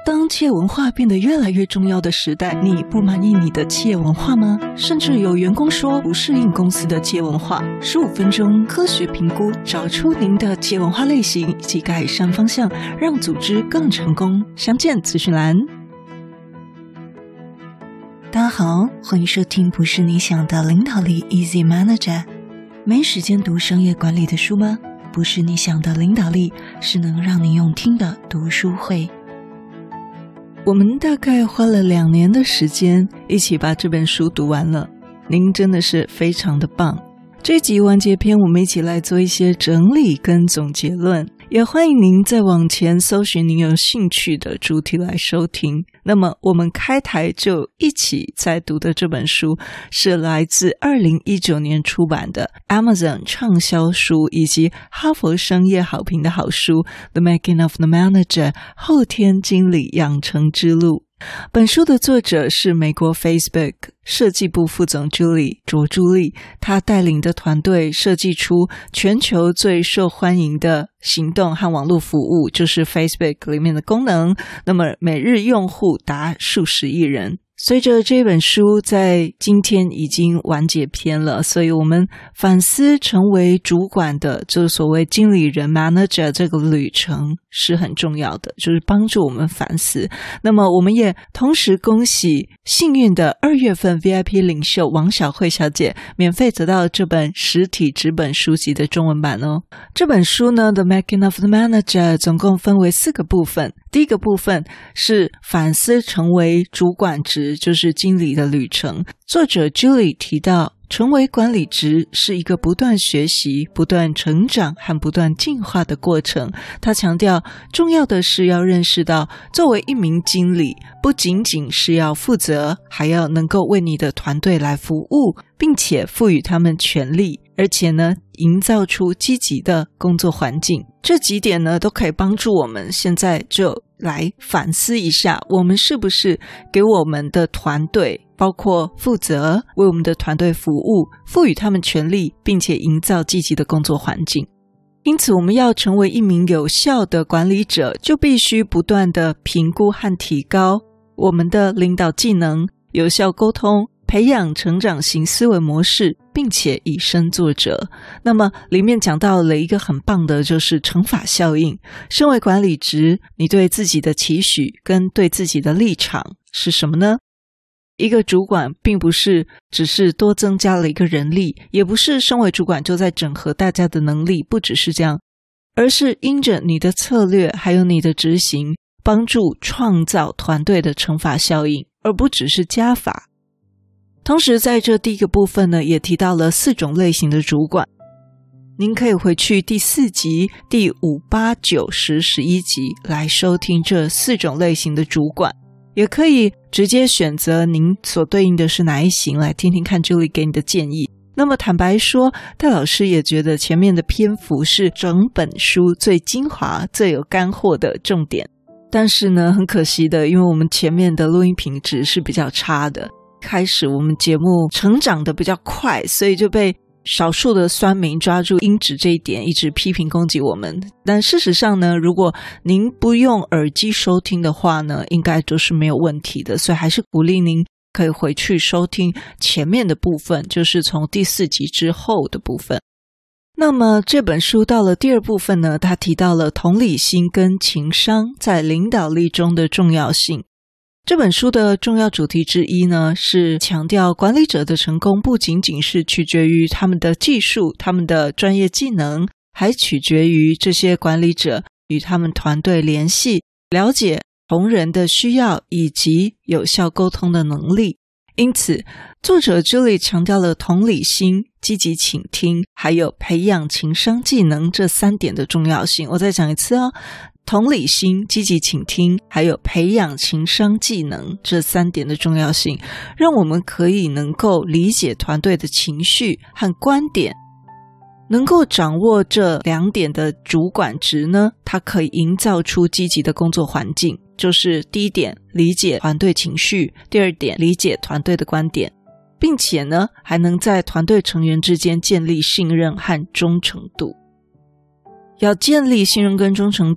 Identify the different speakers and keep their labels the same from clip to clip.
Speaker 1: 当企业文化变得越来越重要的时代，你不满意你的企业文化吗？甚至有员工说不适应公司的企业文化。15分钟科学评估，找出您的企业文化类型以及改善方向，让组织更成功。详见资讯栏。大家好，欢迎收听不是你想的领导力 Easy Manager。 没时间读商业管理的书吗？不是你想的领导力，是能让你用听的读书会。我们大概花了2年的时间一起把这本书读完了，您真的是非常的棒。这集完结篇我们一起来做一些整理跟总结论，也欢迎您再往前搜寻您有兴趣的主题来收听。那么我们开台就一起在读的这本书是来自2019年出版的 Amazon 畅销书以及哈佛商业好评的好书 The Making of the Manager 后天经理养成之路。本书的作者是美国 Facebook 设计部副总助理卓朱莉，他带领的团队设计出全球最受欢迎的行动和网络服务，就是 Facebook 里面的功能，那么每日用户达数十亿人。随着这本书在今天已经完结篇了，所以我们反思成为主管的就是所谓经理人 manager 这个旅程是很重要的，就是帮助我们反思。那么我们也同时恭喜幸运的2月份 VIP 领袖王小慧小姐免费得到这本实体纸本书籍的中文版哦。这本书呢 The Making of the Manager 总共分为4个部分。第一个部分是反思成为主管职，就是经理的旅程。作者 Julie 提到，成为管理职是一个不断学习、不断成长和不断进化的过程。他强调，重要的是要认识到，作为一名经理，不仅仅是要负责，还要能够为你的团队来服务，并且赋予他们权利，而且呢，营造出积极的工作环境。这几点呢，都可以帮助我们现在就来反思一下，我们是不是给我们的团队包括负责，为我们的团队服务，赋予他们权利，并且营造积极的工作环境。因此我们要成为一名有效的管理者，就必须不断的评估和提高我们的领导技能，有效沟通，培养成长型思维模式，并且以身作则。那么里面讲到了一个很棒的，就是乘法效应。身为管理职，你对自己的期许跟对自己的立场是什么呢？一个主管并不是只是多增加了一个人力，也不是身为主管就在整合大家的能力，不只是这样，而是因着你的策略还有你的执行，帮助创造团队的乘法效应，而不只是加法。同时在这第一个部分呢，也提到了4种类型的主管。您可以回去第4集、第5、8、9、10、11集来收听这4种类型的主管，也可以直接选择您所对应的是哪一型来听听看 Julie 给你的建议。那么坦白说，戴老师也觉得前面的篇幅是整本书最精华、最有干货的重点。但是呢，很可惜的，因为我们前面的录音品质是比较差的，开始我们节目成长的比较快，所以就被少数的酸民抓住音质这一点，一直批评攻击我们。但事实上呢，如果您不用耳机收听的话呢，应该都是没有问题的。所以还是鼓励您可以回去收听前面的部分，就是从第4集之后的部分。那么这本书到了第2部分呢，他提到了同理心跟情商在领导力中的重要性。这本书的重要主题之一呢，是强调管理者的成功不仅仅是取决于他们的技术、他们的专业技能，还取决于这些管理者与他们团队联系，了解同仁的需要以及有效沟通的能力。因此作者 Julie 强调了同理心、积极倾听还有培养情商技能这3点的重要性。我再讲一次哦，同理心、积极倾听还有培养情商技能这3点的重要性，让我们可以能够理解团队的情绪和观点。能够掌握这2点的主管职呢，它可以营造出积极的工作环境。就是第一点，理解团队情绪；第2点，理解团队的观点，并且呢，还能在团队成员之间建立信任和忠诚度。要建立信任跟忠诚度，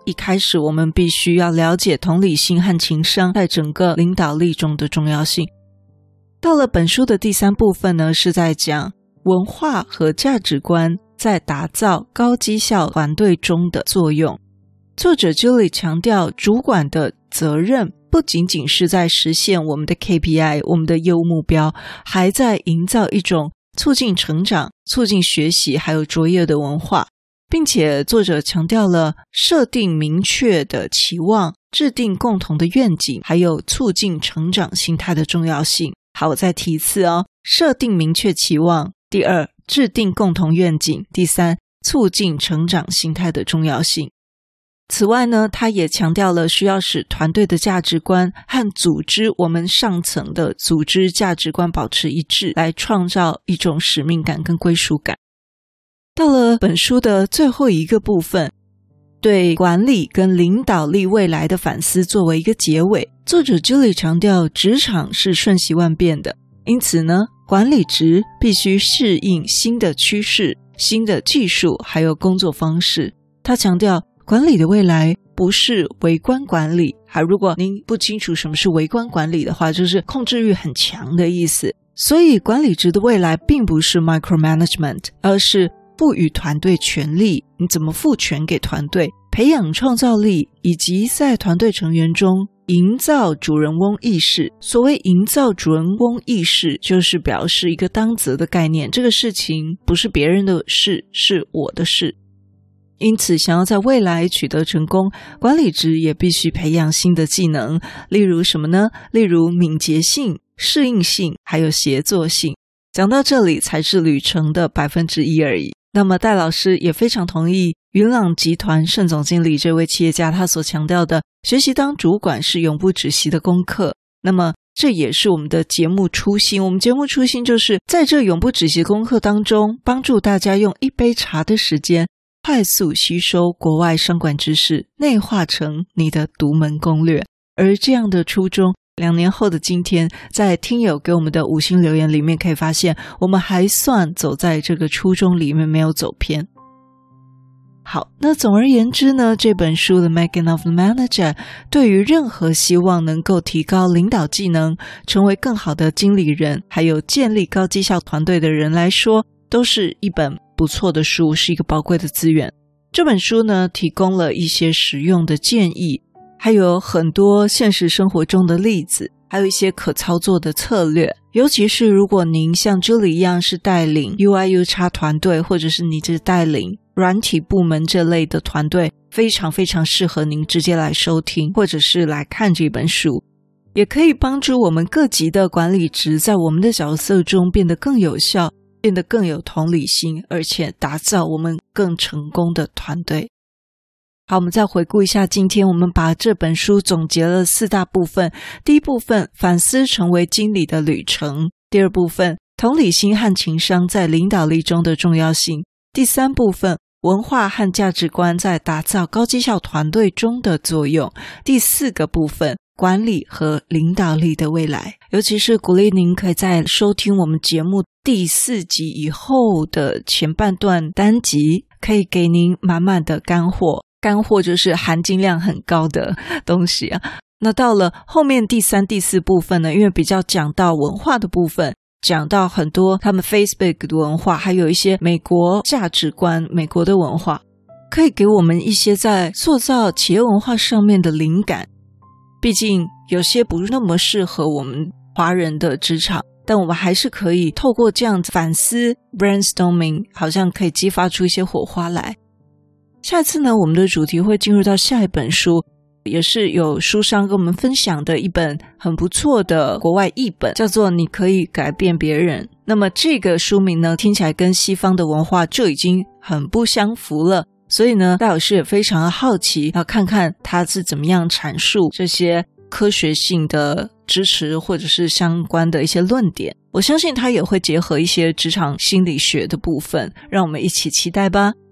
Speaker 1: 一开始我们必须要了解同理心和情商在整个领导力中的重要性。到了本书的第3部分呢，是在讲文化和价值观在打造高绩效团队中的作用。作者 Julie 强调，主管的责任不仅仅是在实现我们的 KPI 我们的业务目标，还在营造一种促进成长、促进学习还有卓越的文化，并且作者强调了设定明确的期望、制定共同的愿景还有促进成长心态的重要性。好，我再提一次哦，设定明确期望，第2，制定共同愿景，第3，促进成长心态的重要性。此外呢，他也强调了需要使团队的价值观和组织我们上层的组织价值观保持一致，来创造一种使命感跟归属感。到了本书的最后一个部分，对管理跟领导力未来的反思作为一个结尾，作者 Julie 强调职场是瞬息万变的，因此呢，管理职必须适应新的趋势、新的技术还有工作方式。他强调管理的未来不是微观管理，如果您不清楚什么是微观管理的话，就是控制欲很强的意思。所以管理职的未来并不是 micromanagement， 而是赋予团队权力，你怎么赋权给团队，培养创造力，以及在团队成员中营造主人翁意识。所谓营造主人翁意识，就是表示一个当责的概念，这个事情不是别人的事，是我的事。因此想要在未来取得成功，管理职也必须培养新的技能，例如什么呢？例如敏捷性、适应性还有协作性。讲到这里才是旅程的 1% 而已。那么戴老师也非常同意云朗集团盛总经理这位企业家他所强调的，学习当主管是永不止息的功课。那么这也是我们的节目初心，我们节目初心就是在这永不止息功课当中，帮助大家用一杯茶的时间快速吸收国外商管知识，内化成你的独门攻略。而这样的初衷，2年后的今天，在听友给我们的5星留言里面可以发现，我们还算走在这个初衷里面，没有走偏。好，那总而言之呢，这本书的 Making of the Manager 对于任何希望能够提高领导技能，成为更好的经理人，还有建立高绩效团队的人来说，都是一本不错的书，是一个宝贵的资源。这本书呢，提供了一些实用的建议，还有很多现实生活中的例子，还有一些可操作的策略。尤其是如果您像 Julie 一样是带领 UI/UX 团队，或者是你是带领软体部门这类的团队，非常非常适合您直接来收听或者是来看这本书。也可以帮助我们各级的管理职在我们的角色中变得更有效，变得更有同理心，而且打造我们更成功的团队。好，我们再回顾一下今天我们把这本书总结了4大部分。第一部分，反思成为经理的旅程。第2部分，同理心和情商在领导力中的重要性。第3部分，文化和价值观在打造高绩效团队中的作用。第4个部分，管理和领导力的未来。尤其是鼓励您可以在收听我们节目第4集以后的前半段单集，可以给您满满的干货。干货就是含金量很高的东西啊。那到了后面第3、第4部分呢，因为比较讲到文化的部分，讲到很多他们 Facebook 的文化，还有一些美国价值观、美国的文化，可以给我们一些在塑造企业文化上面的灵感。毕竟有些不那么适合我们华人的职场，但我们还是可以透过这样反思 brainstorming， 好像可以激发出一些火花来。下次呢，我们的主题会进入到下一本书，也是有书商跟我们分享的一本很不错的国外译本，叫做你可以改变别人。那么这个书名呢，听起来跟西方的文化就已经很不相符了，所以呢，戴老师也非常的好奇，要看看他是怎么样阐述这些科学性的支持或者是相关的一些论点。我相信他也会结合一些职场心理学的部分，让我们一起期待吧。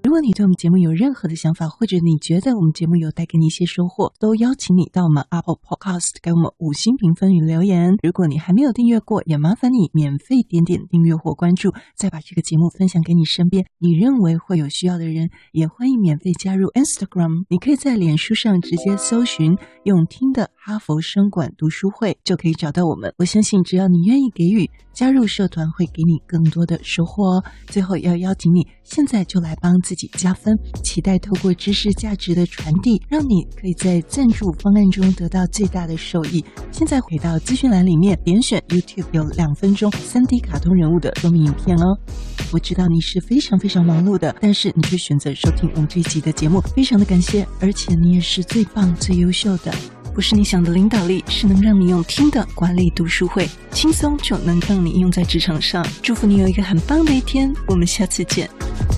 Speaker 1: 如果你对我们节目有任何的想法，或者你觉得我们节目有带给你一些收获，都邀请你到我们 Apple Podcast 给我们5星评分与留言。如果你还没有订阅过，也麻烦你免费点订阅或关注，再把这个节目分享给你身边你认为会有需要的人。也欢迎免费加入 Instagram， 你可以在脸书上直接搜寻用听的哈佛商管读书会，就可以找到我们。我相信只要你愿意给予，加入社团会给你更多的收获哦。最后要邀请你现在就来帮自己加分，期待透过知识价值的传递，让你可以在赞助方案中得到最大的受益。现在回到资讯栏里面，点选 YouTube 有2分钟 3D 卡通人物的说明影片哦。我知道你是非常非常忙碌的，但是你却选择收听我们这一集的节目，非常的感谢，而且你也是最棒最优秀的。不是你想的领导力，是能让你用听的管理读书会，轻松就能让你用在职场上。祝福你有一个很棒的一天，我们下次见。